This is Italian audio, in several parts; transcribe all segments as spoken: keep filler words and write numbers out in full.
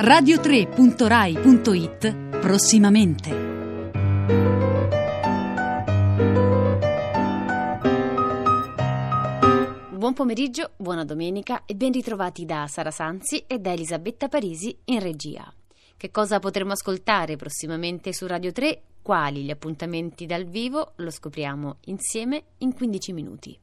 radio tre punto rai punto it prossimamente. Buon pomeriggio, buona domenica e ben ritrovati da Sara Sanzi e da Elisabetta Parisi in regia. Che cosa potremo ascoltare prossimamente su Radio tre? Quali gli appuntamenti dal vivo? Lo scopriamo insieme in quindici minuti.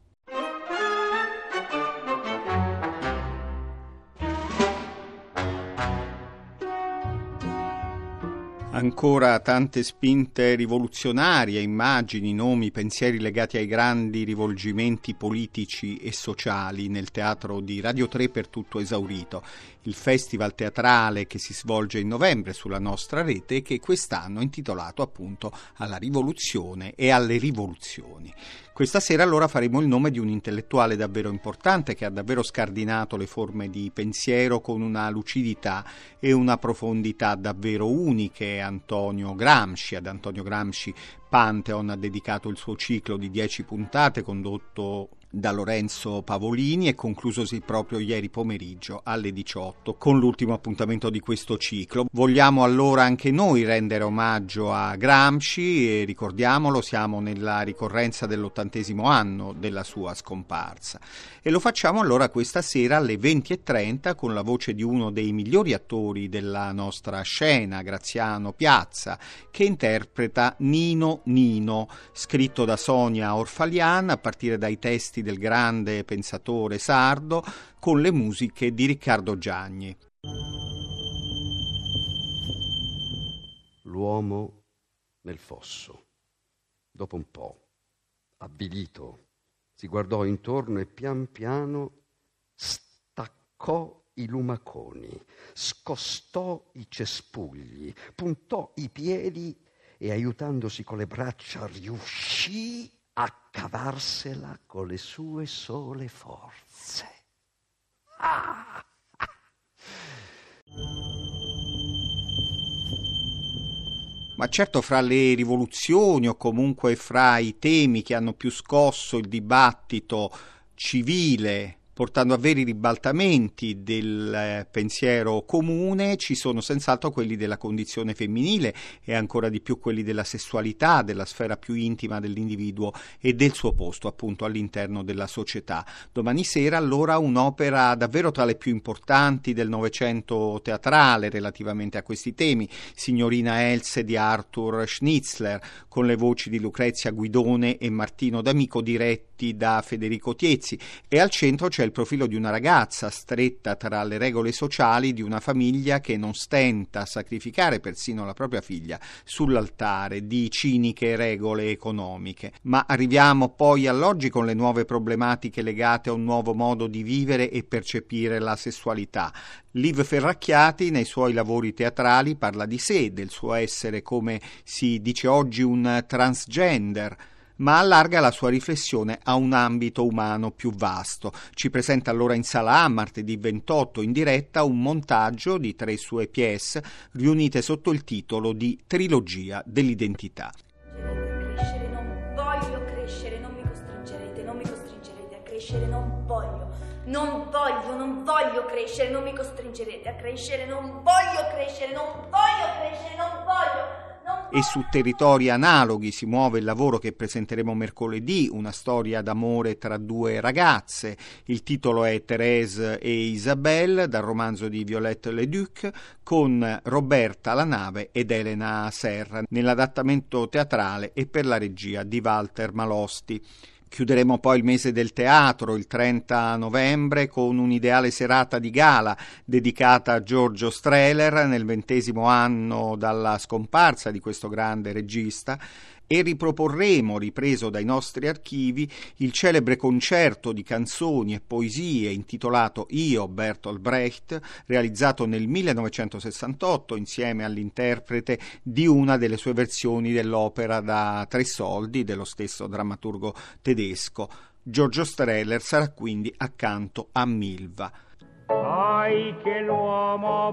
Ancora tante spinte rivoluzionarie, immagini, nomi, pensieri legati ai grandi rivolgimenti politici e sociali nel teatro di Radio tre per tutto esaurito. Il festival teatrale che si svolge in novembre sulla nostra rete e che quest'anno è intitolato appunto alla rivoluzione e alle rivoluzioni. Questa sera allora faremo il nome di un intellettuale davvero importante che ha davvero scardinato le forme di pensiero con una lucidità e una profondità davvero uniche, Antonio Gramsci. Ad Antonio Gramsci Pantheon ha dedicato il suo ciclo di dieci puntate condotto da Lorenzo Pavolini e conclusosi proprio ieri pomeriggio alle diciotto con l'ultimo appuntamento di questo ciclo. Vogliamo allora anche noi rendere omaggio a Gramsci e ricordiamolo, siamo nella ricorrenza dell'ottantesimo anno della sua scomparsa e lo facciamo allora questa sera alle venti e trenta con la voce di uno dei migliori attori della nostra scena, Graziano Piazza, che interpreta Nino Nino, scritto da Sonia Orfalian a partire dai testi del grande pensatore sardo con le musiche di Riccardo Gianni. L'uomo nel fosso. Dopo un po', avvilito, si guardò intorno e pian piano staccò i lumaconi, scostò i cespugli, puntò i piedi e aiutandosi con le braccia riuscì a cavarsela con le sue sole forze. Ah! Ma certo fra le rivoluzioni o comunque fra i temi che hanno più scosso il dibattito civile, portando a veri ribaltamenti del eh, pensiero comune, ci sono senz'altro quelli della condizione femminile e ancora di più quelli della sessualità, della sfera più intima dell'individuo e del suo posto appunto all'interno della società. Domani sera allora un'opera davvero tra le più importanti del Novecento teatrale relativamente a questi temi, Signorina Else di Arthur Schnitzler, con le voci di Lucrezia Guidone e Martino D'Amico diretti da Federico Tiezzi, e al centro c'è il profilo di una ragazza stretta tra le regole sociali di una famiglia che non stenta a sacrificare persino la propria figlia sull'altare di ciniche regole economiche. Ma arriviamo poi all'oggi con le nuove problematiche legate a un nuovo modo di vivere e percepire la sessualità. Liv Ferracchiati nei suoi lavori teatrali parla di sé, del suo essere come si dice oggi un transgender, ma allarga la sua riflessione a un ambito umano più vasto. Ci presenta allora in sala A, martedì ventotto, in diretta, un montaggio di tre sue pièce riunite sotto il titolo di Trilogia dell'identità. Crescere non voglio crescere, non mi costringerete, non mi costringerete a crescere, non voglio, non voglio, non voglio crescere, non mi costringerete a crescere, non voglio crescere, non voglio crescere, non voglio. E su territori analoghi si muove il lavoro che presenteremo mercoledì, una storia d'amore tra due ragazze. Il titolo è Thérèse e Isabelle, dal romanzo di Violette Leduc, con Roberta Lanave ed Elena Serra, nell'adattamento teatrale e per la regia di Walter Malosti. Chiuderemo poi il mese del teatro il trenta novembre con un'ideale serata di gala dedicata a Giorgio Strehler nel ventesimo anno dalla scomparsa di questo grande regista, e riproporremo, ripreso dai nostri archivi, il celebre concerto di canzoni e poesie intitolato Io, Bertolt Brecht, realizzato nel millenovecentosessantotto insieme all'interprete di una delle sue versioni dell'opera da tre soldi dello stesso drammaturgo tedesco. Giorgio Strehler sarà quindi accanto a Milva. Sai che l'uomo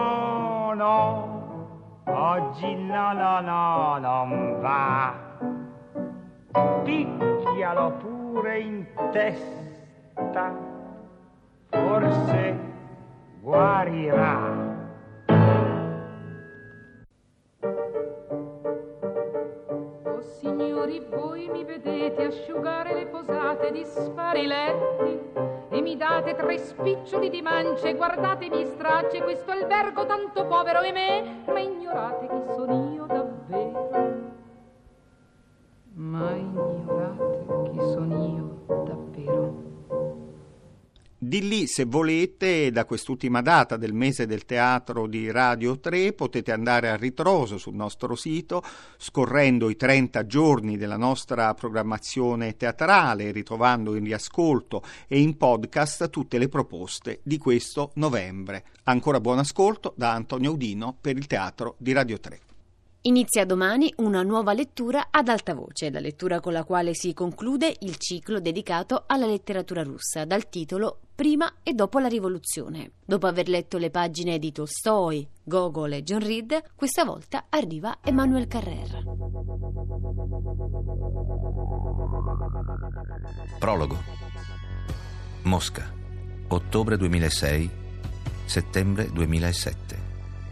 buono oggi no no no non va, picchialo pure in testa, forse guarirà. mi vedete asciugare le posate, disfare i letti e mi date tre spiccioli di mance, guardate mi stracce questo albergo tanto povero e me, ma ignorate chi sono io davvero, ma ignorate chi sono io davvero. Di lì, se volete, da quest'ultima data del mese del teatro di Radio tre, potete andare a ritroso sul nostro sito, scorrendo i trenta giorni della nostra programmazione teatrale, ritrovando in riascolto e in podcast tutte le proposte di questo novembre. Ancora buon ascolto da Antonio Udino per il teatro di Radio tre. Inizia domani una nuova lettura ad alta voce, la lettura con la quale si conclude il ciclo dedicato alla letteratura russa, dal titolo Prima e dopo la rivoluzione. Dopo aver letto le pagine di Tolstoi, Gogol e John Reed, questa volta arriva Emmanuel Carrère. Prologo. Mosca, ottobre duemilasei, settembre duemilasette.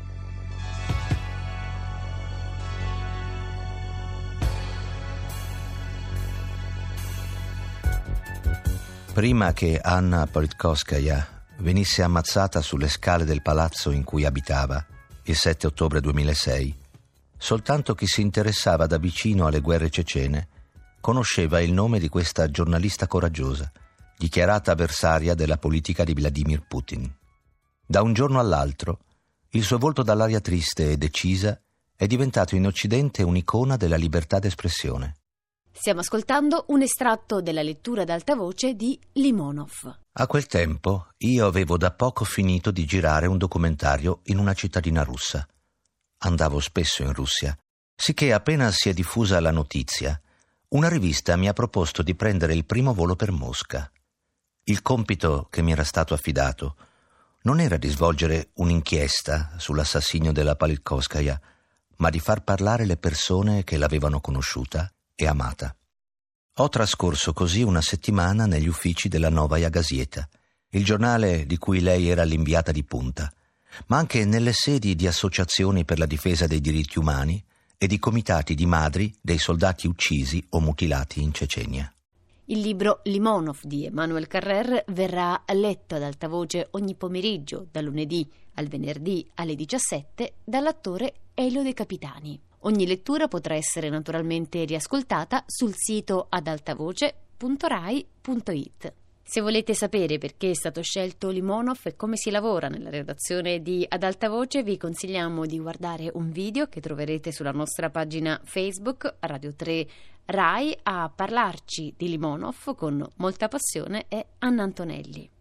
Prima che Anna Politkovskaja venisse ammazzata sulle scale del palazzo in cui abitava, il sette ottobre duemilasei, soltanto chi si interessava da vicino alle guerre cecene conosceva il nome di questa giornalista coraggiosa, dichiarata avversaria della politica di Vladimir Putin. Da un giorno all'altro, il suo volto dall'aria triste e decisa è diventato in Occidente un'icona della libertà d'espressione. Stiamo ascoltando un estratto della lettura ad alta voce di Limonov. A quel tempo io avevo da poco finito di girare un documentario in una cittadina russa. Andavo spesso in Russia, sicché appena si è diffusa la notizia, una rivista mi ha proposto di prendere il primo volo per Mosca. Il compito che mi era stato affidato non era di svolgere un'inchiesta sull'assassinio della Politkovskaja, ma di far parlare le persone che l'avevano conosciuta e amata. Ho trascorso così una settimana negli uffici della Novaya Gazeta, il giornale di cui lei era l'inviata di punta, ma anche nelle sedi di associazioni per la difesa dei diritti umani e di comitati di madri dei soldati uccisi o mutilati in Cecenia. Il libro Limonov di Emmanuel Carrère verrà letto ad alta voce ogni pomeriggio, dal lunedì al venerdì alle diciassette, dall'attore Elio De Capitani. Ogni lettura potrà essere naturalmente riascoltata sul sito adaltavoce punto rai punto it. Se volete sapere perché è stato scelto Limonov e come si lavora nella redazione di Ad Alta Voce, vi consigliamo di guardare un video che troverete sulla nostra pagina Facebook Radio tre Rai. A parlarci di Limonov con molta passione è Anna Antonelli.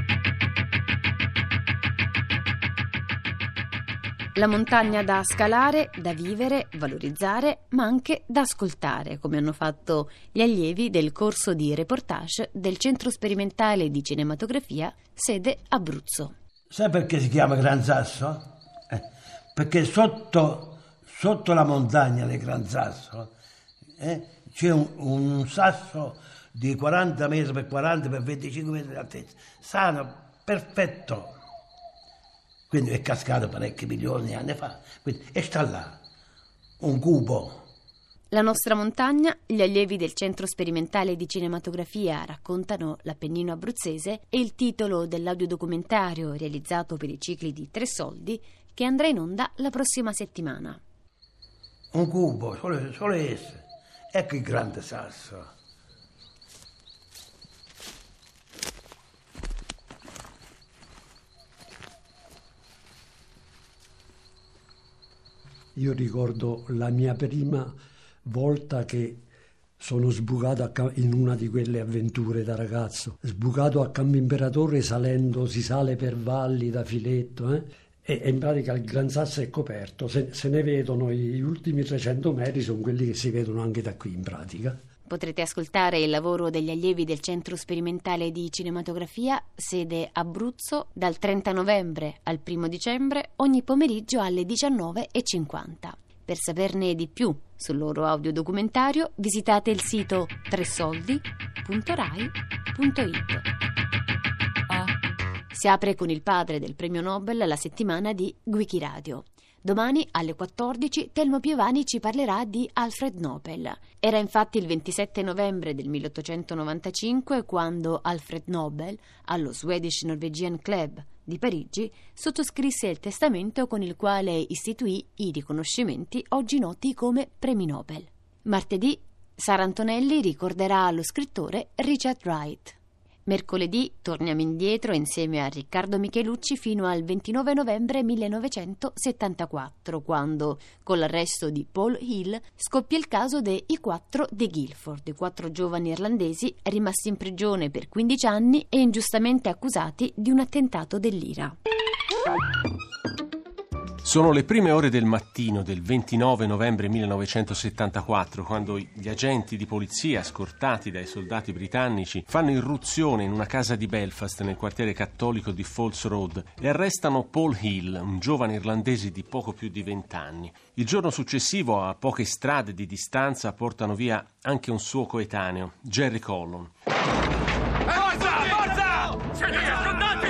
La montagna da scalare, da vivere, valorizzare, ma anche da ascoltare, come hanno fatto gli allievi del corso di reportage del Centro Sperimentale di Cinematografia, sede Abruzzo. Sai perché si chiama Gran Sasso? Eh, perché sotto, sotto la montagna del Gran Sasso eh, c'è un, un sasso di quaranta metri per quaranta per venticinque metri di altezza, sano, perfetto. Quindi è cascato parecchi milioni di anni fa, quindi, e sta là, un cubo. La nostra montagna, gli allievi del Centro Sperimentale di Cinematografia raccontano l'Appennino abruzzese, e il titolo dell'audiodocumentario realizzato per i cicli di Tre Soldi, che andrà in onda la prossima settimana. Un cubo, solo, solo esse. Ecco il grande sasso. Io ricordo la mia prima volta che sono sbucato a, in una di quelle avventure da ragazzo, sbucato a Campo Imperatore salendo, si sale per valli da filetto, eh? e, e in pratica il Gran Sasso è coperto, se, se ne vedono gli ultimi trecento metri, sono quelli che si vedono anche da qui in pratica. Potrete ascoltare il lavoro degli allievi del Centro Sperimentale di Cinematografia, sede Abruzzo, dal trenta novembre al primo dicembre, ogni pomeriggio alle diciannove e cinquanta. Per saperne di più sul loro audiodocumentario, visitate il sito tre soldi punto rai punto it. Si apre con il padre del premio Nobel la settimana di Wikiradio. Domani alle quattordici Telmo Piovani ci parlerà di Alfred Nobel. Era infatti il ventisette novembre del milleottocentonovantacinque quando Alfred Nobel, allo Swedish Norwegian Club di Parigi, sottoscrisse il testamento con il quale istituì i riconoscimenti oggi noti come premi Nobel. Martedì Sara Antonelli ricorderà lo scrittore Richard Wright. Mercoledì torniamo indietro insieme a Riccardo Michelucci fino al ventinove novembre millenovecentosettantaquattro, quando, con l'arresto di Paul Hill, scoppia il caso dei quattro de Guildford, i quattro giovani irlandesi rimasti in prigione per quindici anni e ingiustamente accusati di un attentato dell'Ira. Sono le prime ore del mattino del ventinove novembre millenovecentosettantaquattro, quando gli agenti di polizia, scortati dai soldati britannici, fanno irruzione in una casa di Belfast nel quartiere cattolico di Falls Road e arrestano Paul Hill, un giovane irlandese di poco più di vent'anni. Il giorno successivo, a poche strade di distanza, portano via anche un suo coetaneo, Jerry Collon. Forza! Forza! Siete affrontati!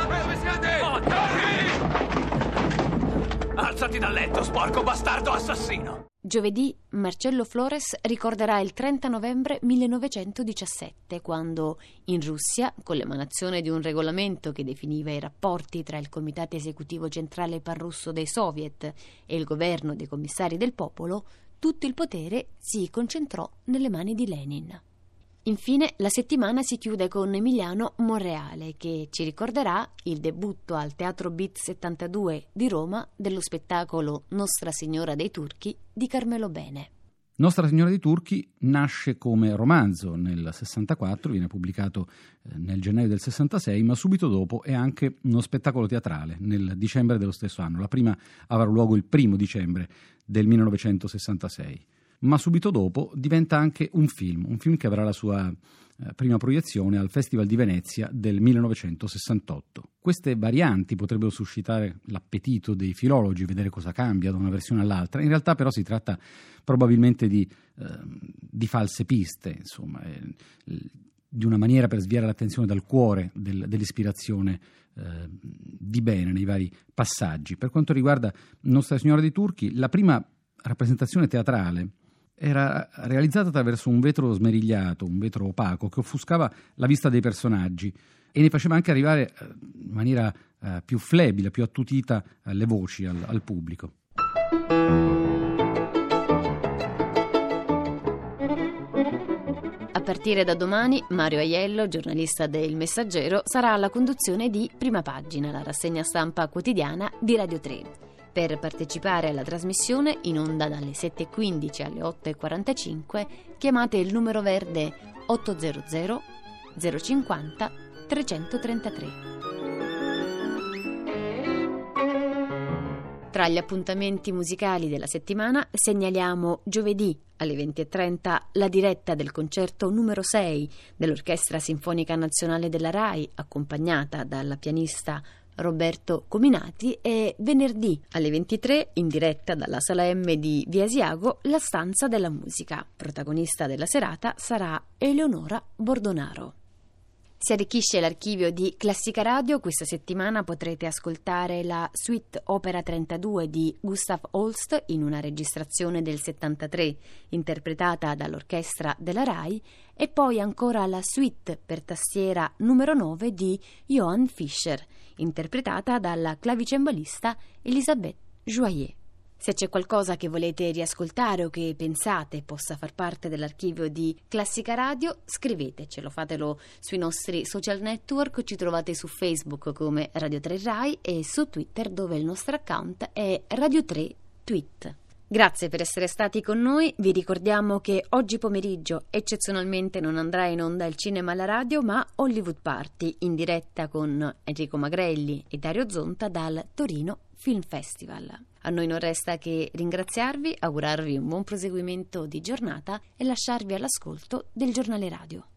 Alzati dal letto, sporco bastardo assassino! Giovedì Marcello Flores ricorderà il trenta novembre millenovecentodiciassette, quando in Russia, con l'emanazione di un regolamento che definiva i rapporti tra il Comitato Esecutivo Centrale Panrusso dei Soviet e il governo dei commissari del popolo, tutto il potere si concentrò nelle mani di Lenin. Infine, la settimana si chiude con Emiliano Monreale, che ci ricorderà il debutto al Teatro Beat settantadue di Roma dello spettacolo Nostra Signora dei Turchi di Carmelo Bene. Nostra Signora dei Turchi nasce come romanzo nel sessantaquattro, viene pubblicato nel gennaio del sessantasei, ma subito dopo è anche uno spettacolo teatrale nel dicembre dello stesso anno. La prima avrà luogo il primo dicembre del millenovecentosessantasei. Ma subito dopo diventa anche un film, un film che avrà la sua eh, prima proiezione al Festival di Venezia del millenovecentosessantotto. Queste varianti potrebbero suscitare l'appetito dei filologi, vedere cosa cambia da una versione all'altra. In realtà però si tratta probabilmente di, eh, di false piste, insomma, eh, di una maniera per sviare l'attenzione dal cuore del, dell'ispirazione eh, di Bene nei vari passaggi. Per quanto riguarda Nostra Signora dei Turchi, la prima rappresentazione teatrale era realizzata attraverso un vetro smerigliato, un vetro opaco, che offuscava la vista dei personaggi e ne faceva anche arrivare in maniera eh, più flebile, più attutita eh, le voci al, al pubblico. A partire da domani, Mario Aiello, giornalista del Messaggero, sarà alla conduzione di Prima Pagina, la rassegna stampa quotidiana di Radio tre. Per partecipare alla trasmissione, in onda dalle sette e quindici alle otto e quarantacinque, chiamate il numero verde ottocento zero cinquanta trecentotrentatré. Tra gli appuntamenti musicali della settimana segnaliamo giovedì alle venti e trenta la diretta del concerto numero sei dell'Orchestra Sinfonica Nazionale della RAI, accompagnata dalla pianista Roberto Cominati, e venerdì alle ventitré, in diretta dalla Sala M di Via Asiago, La Stanza della Musica. Protagonista della serata sarà Eleonora Bordonaro. Si arricchisce l'archivio di Classica Radio. Questa settimana potrete ascoltare la Suite Opera trentadue di Gustav Holst in una registrazione del settantatré, interpretata dall'orchestra della RAI, e poi ancora la Suite per tastiera numero nove di Johann Fischer, interpretata dalla clavicembalista Elisabeth Joyer. Se c'è qualcosa che volete riascoltare o che pensate possa far parte dell'archivio di Classica Radio, scrivetecelo, fatelo sui nostri social network. Ci trovate su Facebook come Radio tre Rai e su Twitter, dove il nostro account è Radio tre Tweet. Grazie per essere stati con noi. Vi ricordiamo che oggi pomeriggio eccezionalmente non andrà in onda il cinema alla radio, ma Hollywood Party, in diretta con Enrico Magrelli e Dario Zonta dal Torino Film Festival. A noi non resta che ringraziarvi, augurarvi un buon proseguimento di giornata e lasciarvi all'ascolto del giornale radio.